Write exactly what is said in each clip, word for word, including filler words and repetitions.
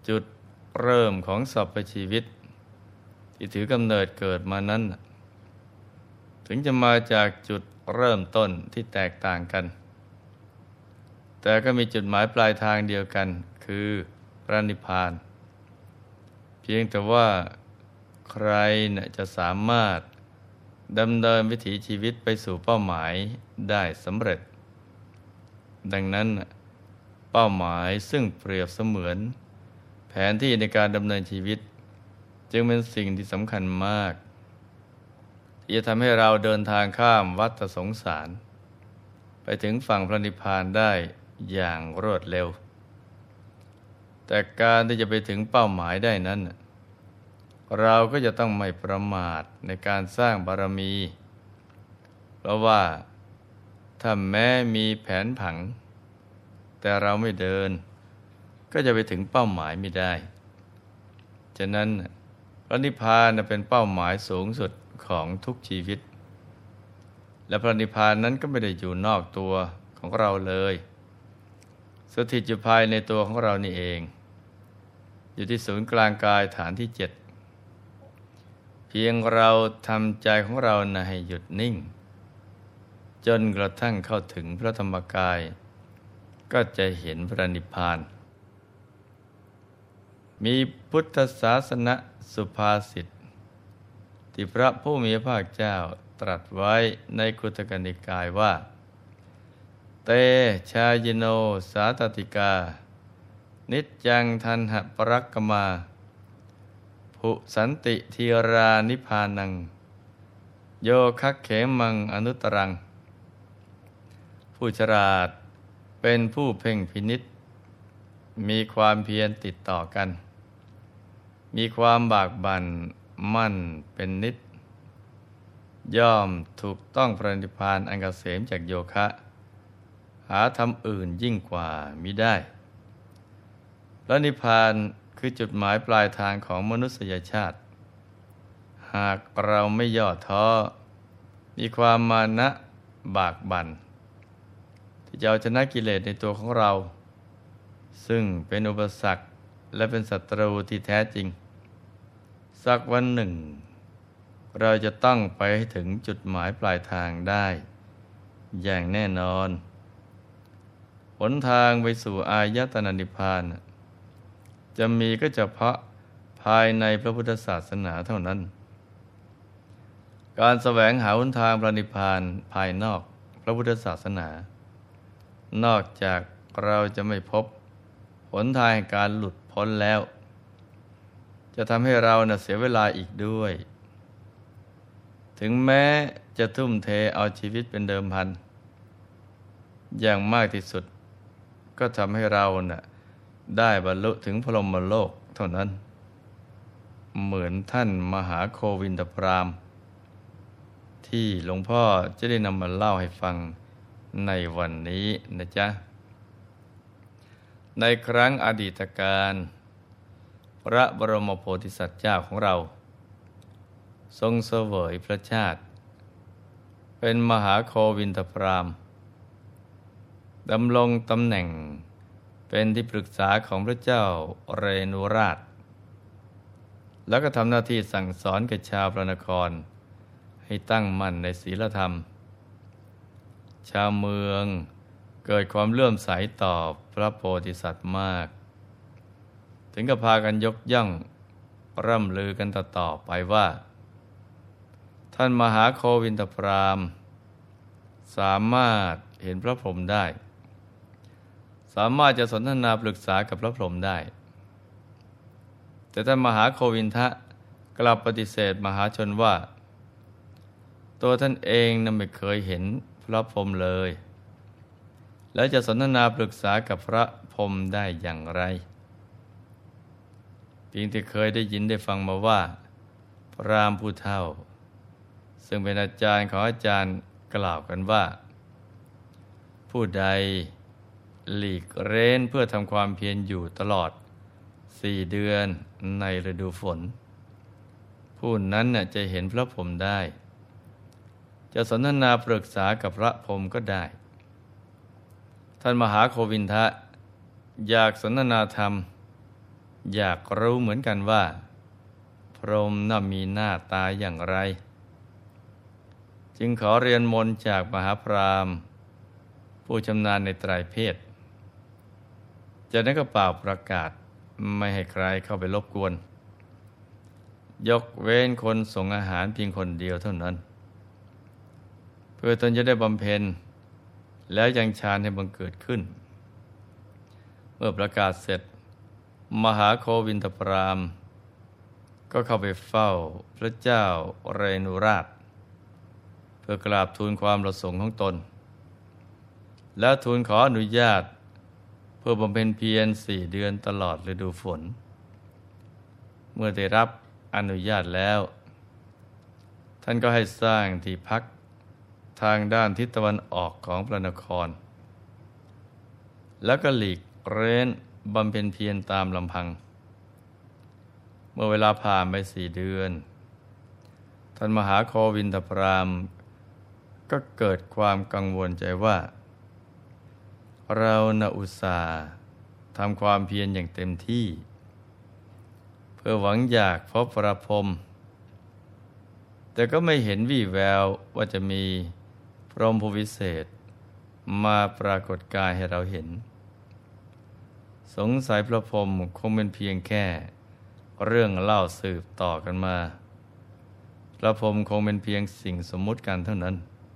จุดเริ่มของสรรพชีวิตที่ถือกำเนิดเกิดมานั้นถึงจะมาจากจุดเริ่มต้นที่แตกต่างกันแต่ก็มีจุดหมายปลายทางเดียวกันคือพระนิพพานเพียงแต่ว่าใครนะจะสามารถดำเนินวิถีชีวิตไปสู่เป้าหมายได้สำเร็จดังนั้นเป้าหมายซึ่งเปรียบเสมือนแผนที่ในการดำเนินชีวิตจึงเป็นสิ่งที่สำคัญมากที่จะทำให้เราเดินทางข้ามวัฏสงสารไปถึงฝั่งพระนิพพานได้อย่างรวดเร็วแต่การที่จะไปถึงเป้าหมายได้นั้นเราก็จะต้องไม่ประมาทในการสร้างบารมีเพราะว่าถ้าแม้มีแผนผังแต่เราไม่เดินก็จะไปถึงเป้าหมายไม่ได้ฉะนั้นพระนิพพานเป็นเป้าหมายสูงสุดของทุกชีวิตและพระนิพพานนั้นก็ไม่ได้อยู่นอกตัวของเราเลยสถิตอยู่ภายในตัวของเรานี่เองอยู่ที่ศูนย์กลางกายฐานที่เจ็ดเพียงเราทำใจของเรานะให้หยุดนิ่งจนกระทั่งเข้าถึงพระธรรมกายก็จะเห็นพระนิพพานมีพุทธศาสนสุภาษิตที่พระผู้มีพระภาคเจ้าตรัสไว้ในคุตกนิกายว่าเตชายโนสาตติกานิจจังทันหปรักกมาภุสันติธีรานิพพานังโยคัคเขมังอนุตรังผู้ฉลาดเป็นผู้เพ่งพินิจมีความเพียรติดต่อกันมีความบากบั่นมั่นเป็นนิจย่อมถูกต้องพระนิพพานอันเกษมจากโยคะหาธรรมอื่นยิ่งกว่ามิได้พระนิพพานคือจุดหมายปลายทางของมนุษยชาติหากเราไม่ย่อท้อมีความมานะบากบั่นที่จะเอาชนะกิเลสในตัวของเราซึ่งเป็นอุปสรรคและเป็นศัตรูที่แท้จริงสักวันหนึ่งเราจะต้องไปให้ถึงจุดหมายปลายทางได้อย่างแน่นอนหนทางไปสู่อายตนะนิพพานจะมีก็เฉพาะภายในพระพุทธศาสนาเท่านั้นการแสวงหาหนทางพระนิพพานภายนอกพระพุทธศาสนานอกจากเราจะไม่พบหนทางแห่งการหลุดพ้นแล้วจะทำให้เราเน่ะเสียเวลาอีกด้วยถึงแม้จะทุ่มเทเอาชีวิตเป็นเดิมพันอย่างมากที่สุดก็ทำให้เราน่ะได้บรรลุถึงพรหมโลกเท่านั้นเหมือนท่านมหาโควินทพราหมณ์ที่หลวงพ่อจะได้นำมาเล่าให้ฟังในวันนี้นะจ๊ะในครั้งอดีตการพระบรมโพธิสัตว์เจ้าของเราทรงเสวยพระชาติเป็นมหาโควินทพราหมณ์ดำรงตำแหน่งเป็นที่ปรึกษาของพระเจ้าเรนุราชแล้วก็ทำหน้าที่สั่งสอนแก่ชาวพระนครให้ตั้งมั่นในศีลธรรมชาวเมืองเกิดความเลื่อมใสต่อพระโพธิสัตว์มากถึงกับพากันยกย่องร่ำลือกันต่อๆไปว่าท่านมหาโควินทพราหมณ์สามารถเห็นพระพรหมได้สามารถจะสนทนาปรึกษากับพระพรหมได้แต่ท่านมหาโควินทะกลับปฏิเสธมหาชนว่าตัวท่านเองนั้นไม่เคยเห็นพระพรหมเลยแล้วจะสนทนาปรึกษากับพระพรหมได้อย่างไรเพียงแต่เคยได้ยินได้ฟังมาว่าพราหมณ์ผู้เฒ่าซึ่งเป็นอาจารย์ของอาจารย์กล่าวกันว่าผู้ใดหลีกเร้นเพื่อทำความเพียรอยู่ตลอดสี่เดือนในฤดูฝนผู้นั้นน่ะจะเห็นพระพรหมได้จะสนทนาปรึกษากับพระพรหมก็ได้ท่านมหาโควินทะอยากสนทนาธรรมอยากรู้เหมือนกันว่าพรหมน่ะมีหน้าตาอย่างไรจึงขอเรียนมนต์จากมหาพราหมณ์ผู้ชำนาญในไตรเพศจากนั้นก็เป่าประกาศไม่ให้ใครเข้าไปรบกวนยกเว้นคนส่งอาหารเพียงคนเดียวเท่านั้นเพื่อตนจะได้บำเพ็ญแล้วยังฌานให้บังเกิดขึ้นเมื่อประกาศเสร็จมหาโควินทพราหมณ์ก็เข้าไปเฝ้าพระเจ้าเรนุราชเพื่อกราบทูลความประสงค์ของตนแล้วทูลขออนุญาตเพื่อบำเพ็ญเพียรสี่เดือนตลอดฤดูฝนเมื่อได้รับอนุญาตแล้วท่านก็ให้สร้างที่พักทางด้านทิศตะวันออกของพระนครแล้วก็หลีกเร้นบำเพ็ญเพียรตามลำพังเมื่อเวลาผ่านไปสี่เดือนท่านมหาโควินทพราหมณ์ก็เกิดความกังวลใจว่าเราน่ะอุตส่าห์ทำความเพียรอย่างเต็มที่เพื่อหวังอยากพบพระพรหมแต่ก็ไม่เห็นวี่แววว่าจะมีพรหมผู้วิเศษมาปรากฏกายให้เราเห็นสงสัยพระพรหมคงเป็นเพียงแค่เรื่องเล่าสืบต่อกันมาพระพรหมคงเป็นเพียงสิ่งสมมุติกันเท่านั้น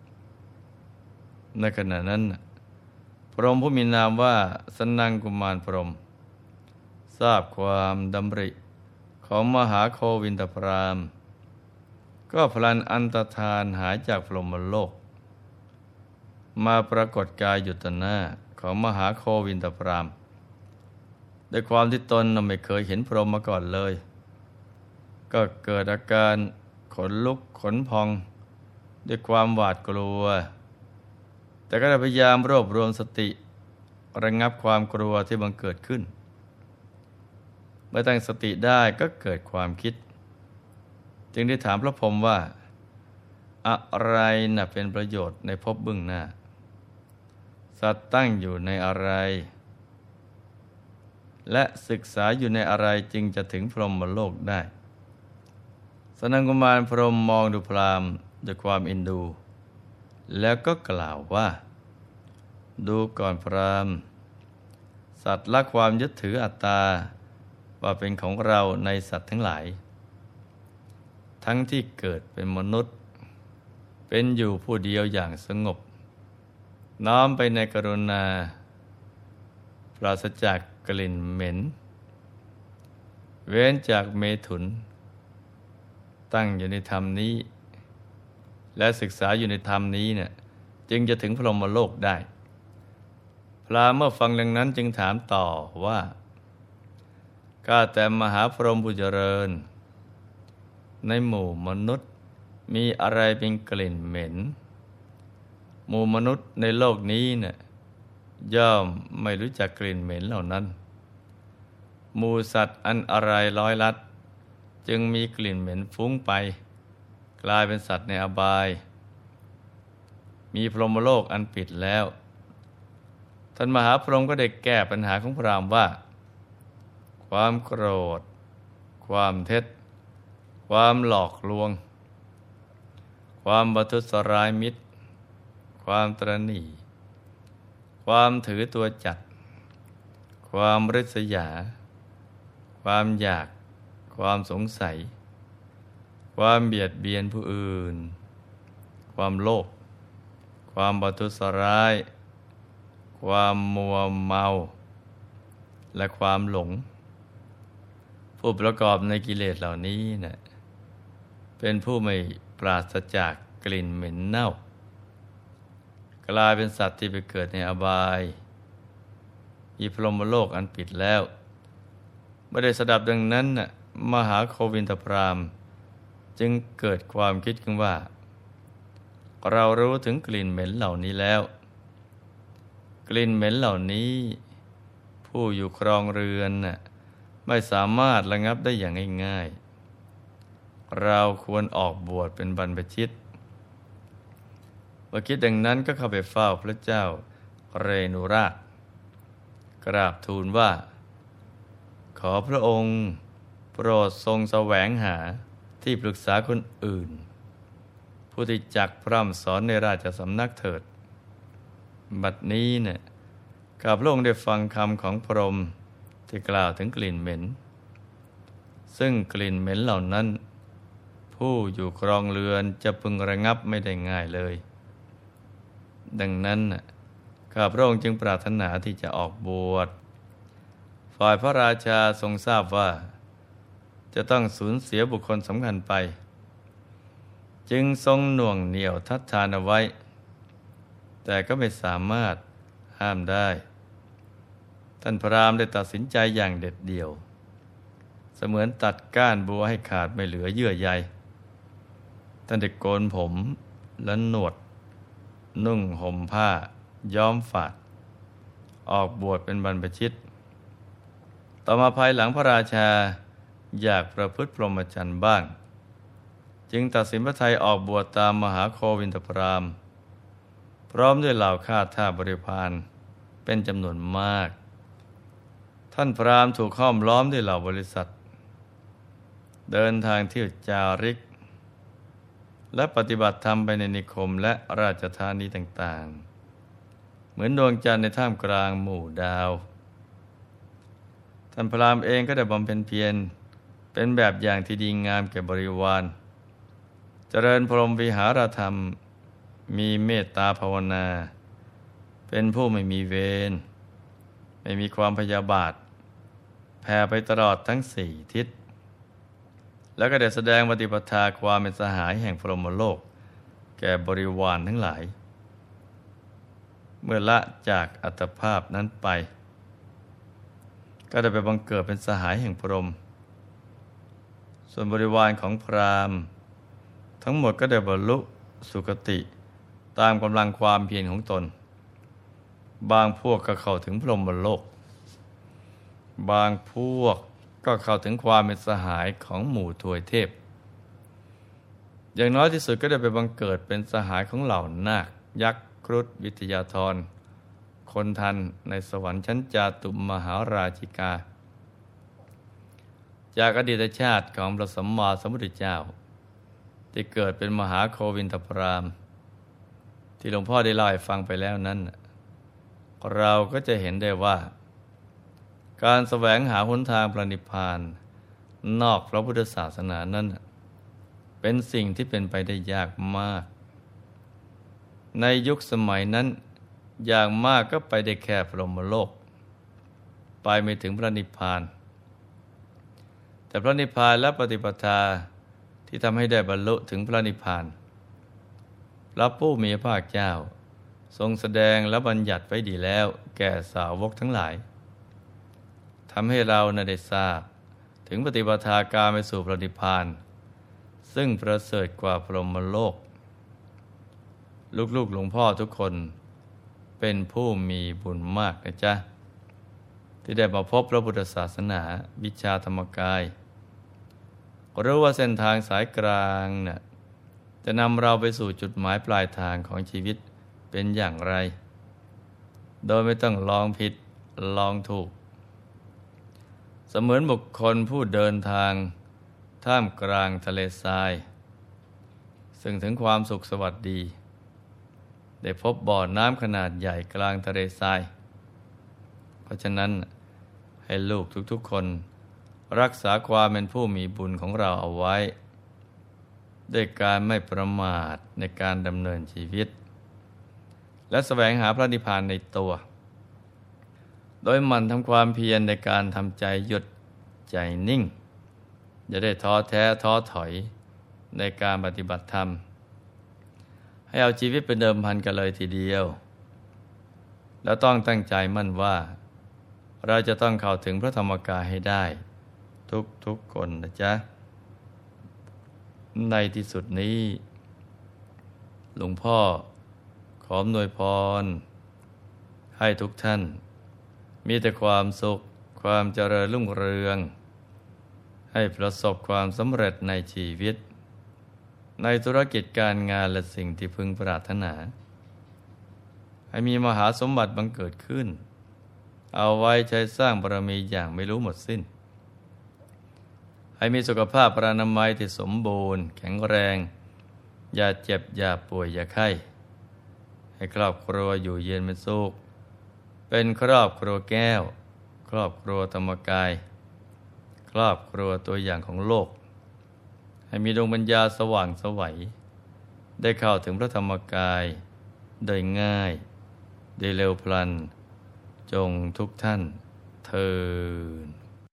ในขณะนั้นพรหมผู้มีนามว่าสนังกุมารพรหมทราบความดำริของมหาโควินทพราหมณ์ก็พลันอันตธานหายจากพรหมโลกมาปรากฏกายอยู่ต่อหน้าของมหาโควินทพราหมณ์ด้วยความที่ตนไม่เคยเห็นพรหมมาก่อนเลยก็เกิดอาการขนลุกขนพองด้วยความหวาดกลัวแต่ก็ได้พยายามรวบรวมสติระงับความกลัวที่บังเกิดขึ้นเมื่อตั้งสติได้ก็เกิดความคิดจึงได้ถามพระพรหมว่าอะไรน่ะเป็นประโยชน์ในภพเบื้องหน้าสัตว์ตั้งอยู่ในอะไรและศึกษาอยู่ในอะไรจึงจะถึงพรหมโลกได้สนังกุมารพรหมมองดูพราหมณ์ด้วยความเอ็นดูแล้วก็กล่าวว่าดูก่อนพราหมณ์สัตว์ละความยึดถืออัตตาว่าเป็นของเราในสัตว์ทั้งหลายทั้งที่เกิดเป็นมนุษย์เป็นอยู่ผู้เดียวอย่างสงบน้อมไปในกรุณาปราศจากกลิ่นเหม็นเว้นจากเมถุนตั้งอยู่ในธรรมนี้และศึกษาอยู่ในธรรมนี้เนี่ยจึงจะถึงพรหมโลกได้พราหมณ์เมื่อฟังดังนั้นจึงถามต่อว่าข้าแต่มหาพรหมผู้เจริญในหมู่มนุษย์มีอะไรเป็นกลิ่นเหม็นหมู่มนุษย์ในโลกนี้เนี่ยย่อมไม่รู้จักกลิ่นเหม็นเหล่านั้นหมู่สัตว์อันอะไรร้อยลัดจึงมีกลิ่นเหม็นฟุ้งไปกลายเป็นสัตว์ในอบายมีพรหมโลกอันปิดแล้วท่านมหาพรหมก็ได้แก้ปัญหาของพราหมณ์ว่าความโกรธความเท็จความหลอกลวงความประทุษร้ายมิตรความตระหนี่ความถือตัวจัดความริษยาความอยากความสงสัยความเบียดเบียนผู้อื่นความโลภความประทุษร้ายความมัวเมาและความหลงผู้ประกอบในกิเลสเหล่านี้นะเป็นผู้ไม่ปราศจากกลิ่นเหม็นเน่ากลายเป็นสัตว์ที่ไปเกิดในอบายมีพรหมโลกอันปิดแล้วเมื่อได้สดับดังนั้นน่ะมหาโควินทพราหมณ์จึงเกิดความคิดขึ้นว่าเรารู้ถึงกลิ่นเหม็นเหล่านี้แล้วกลิ่นเหม็นเหล่านี้ผู้อยู่ครองเรือนน่ะไม่สามารถระงับได้อย่างง่ายๆเราควรออกบวชเป็นบรรพชิตเมื่อคิดดังนั้นก็เข้าไปเฝ้าพระเจ้าเรนุราชกราบทูลว่าขอพระองค์โปรดทรงแสวงหาที่ปรึกษาคนอื่นผู้ที่จักพร่ำสอนในราชสำนักเถิดบัดนี้เนี่ยข้าพระองค์ได้ฟังคำของพรหมที่กล่าวถึงกลิ่นเหม็นซึ่งกลิ่นเหม็นเหล่านั้นผู้อยู่ครองเรือนจะพึงระงับไม่ได้ง่ายเลยดังนั้นข้าพระองค์จึงปรารถนาที่จะออกบวชฝ่ายพระราชาทรงทราบว่าจะต้องสูญเสียบุคคลสำคัญไปจึงทรงหน่วงเหนี่ยวทัดทานเอาไว้แต่ก็ไม่สามารถห้ามได้ท่านพราหมณ์ได้ตัดสินใจอย่างเด็ดเดี่ยวเสมือนตัดก้านบัวให้ขาดไม่เหลือเยื่อใยท่านได้โกนผมและหนวดนุ่งห่มผ้าย้อมฝาดออกบวชเป็นบรรพชิตต่อมาภายหลังพระราชาอยากประพฤติพรหมจรรย์บ้างจึงตัดสินพระทัยออกบวชตามมหาโควินทพราหมณ์พร้อมด้วยเหล่าข้าทาสบริพารเป็นจำนวนมากท่านพราหมณ์ถูกห้อมล้อมด้วยเหล่าบริษัทเดินทางเที่ยวจาริกและปฏิบัติธรรมไปในนิคมและราชธานีต่างๆเหมือนดวงจันทร์ในท่ามกลางหมู่ดาวท่านพราหมณ์เองก็ได้บำเพ็ญเพียรเป็นแบบอย่างที่ดีงามแก่บริวารเจริญพรหมวิหารธรรมมีเมตตาภาวนาเป็นผู้ไม่มีเวรไม่มีความพยาบาทแผ่ไปตลอดทั้งสี่ทิศแล้วก็ได้แสดงปฏิปทาความเป็นสหายแห่งพรหมโลกแก่บริวารทั้งหลายเมื่อละจากอัตภาพนั้นไปก็ได้ไปบังเกิดเป็นสหายแห่งพรหมส่วนบริวารของพราหมณ์ทั้งหมดก็ได้บรรลุสุคติตามกำลังความเพียรของตนบางพวกก็เข้าถึงพรหมโลกบางพวกก็เข้าถึงความเป็นสหายของหมู่ทวยเทพอย่างน้อยที่สุดก็ได้ไปบังเกิดเป็นสหายของเหล่านาคยักษ์ครุฑวิทยาธรคนทันในสวรรค์ชั้นจาตุมหาราชิกาจากอดีตชาติของพระสัมมาสัมพุทธเจ้าที่เกิดเป็นมหาโควินทพราหมณ์ที่หลวงพ่อได้เล่าให้ฟังไปแล้วนั้นเราก็จะเห็นได้ว่าการแสวงหาหนทางพระนิพพานนอกพระพุทธศาสนานั้นเป็นสิ่งที่เป็นไปได้ยากมากในยุคสมัยนั้นอย่างมากก็ไปได้แค่พรหมโลกไปไม่ถึงพระนิพพานแต่พระนิพพานและปฏิปทาที่ทำให้ได้บรรลุถึงพระนิพพานพระผู้มีพระภาคเจ้าทรงแสดงและบัญญัติไว้ดีแล้วแก่สาวกทั้งหลายทำให้เราน่ะได้ทราบถึงปฏิปทาการไปสู่พระนิพพานซึ่งประเสริฐกว่าพรหมโลกลูกๆหลวงพ่อทุกคนเป็นผู้มีบุญมากนะจ๊ะที่ได้มาพบพระพุทธศาสนาวิชาธรรมกายรู้ว่าเส้นทางสายกลางน่ะจะนำเราไปสู่จุดหมายปลายทางของชีวิตเป็นอย่างไรโดยไม่ต้องลองผิดลองถูกเสมือนบุคคลผู้เดินทางท่ามกลางทะเลทรายซึ่งถึงความสุขสวัสดีได้พบบ่อน้ำขนาดใหญ่กลางทะเลทรายเพราะฉะนั้นให้ลูกทุกๆคนรักษาความเป็นผู้มีบุญของเราเอาไว้ด้วยการไม่ประมาทในการดำเนินชีวิตและแสวงหาพระนิพพานในตัวโดยหมั่นทำความเพียรในการทำใจหยุดใจนิ่งอย่าได้ท้อแท้ท้อถอยในการปฏิบัติธรรมให้เอาชีวิตเป็นเดิมพันกันเลยทีเดียวแล้วต้องตั้งใจมั่นว่าเราจะต้องเข้าถึงพระธรรมกายให้ได้ทุกๆคนนะจ๊ะในที่สุดนี้หลวงพ่อขออำนวยพรให้ทุกท่านมีแต่ความสุขความเจริญรุ่งเรืองให้ประสบความสำเร็จในชีวิตในธุรกิจการงานและสิ่งที่พึงปรารถนาให้มีมหาสมบัติบังเกิดขึ้นเอาไว้ใช้สร้างบารมีอย่างไม่รู้หมดสิ้นให้มีสุขภาพพระนามัยที่สมบูรณ์แข็งแรงอย่าเจ็บอย่าป่วยอย่าไข้ให้ครอบครัวอยู่เย็นเป็นสุขเป็นครอบครัวแก้วครอบครัวธรรมกายครอบครัวตัวอย่างของโลกให้มีดวงปัญญาสว่างไสวได้เข้าถึงพระธรรมกายโดยง่ายได้เร็วพลันจงทุกท่านเทอญ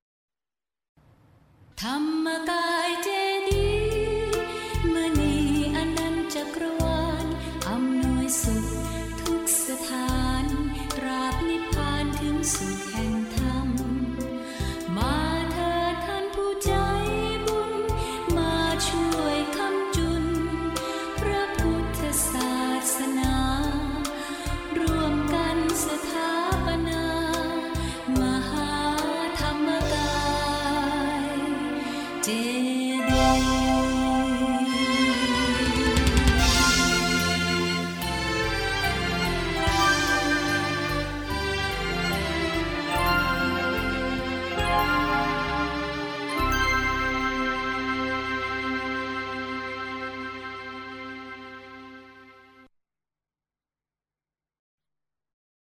ธรรมกายเจดีย์มณีอนันต์จักรวาลอำนวยสุขทุกสถานตราบนิพพานถึงสุขแห่งธรรมมาเถิดท่านผู้ใจบุญมาช่วยคำจุนพระพุทธศาสนารวมกันสถาปนามหาธรรมกายเจ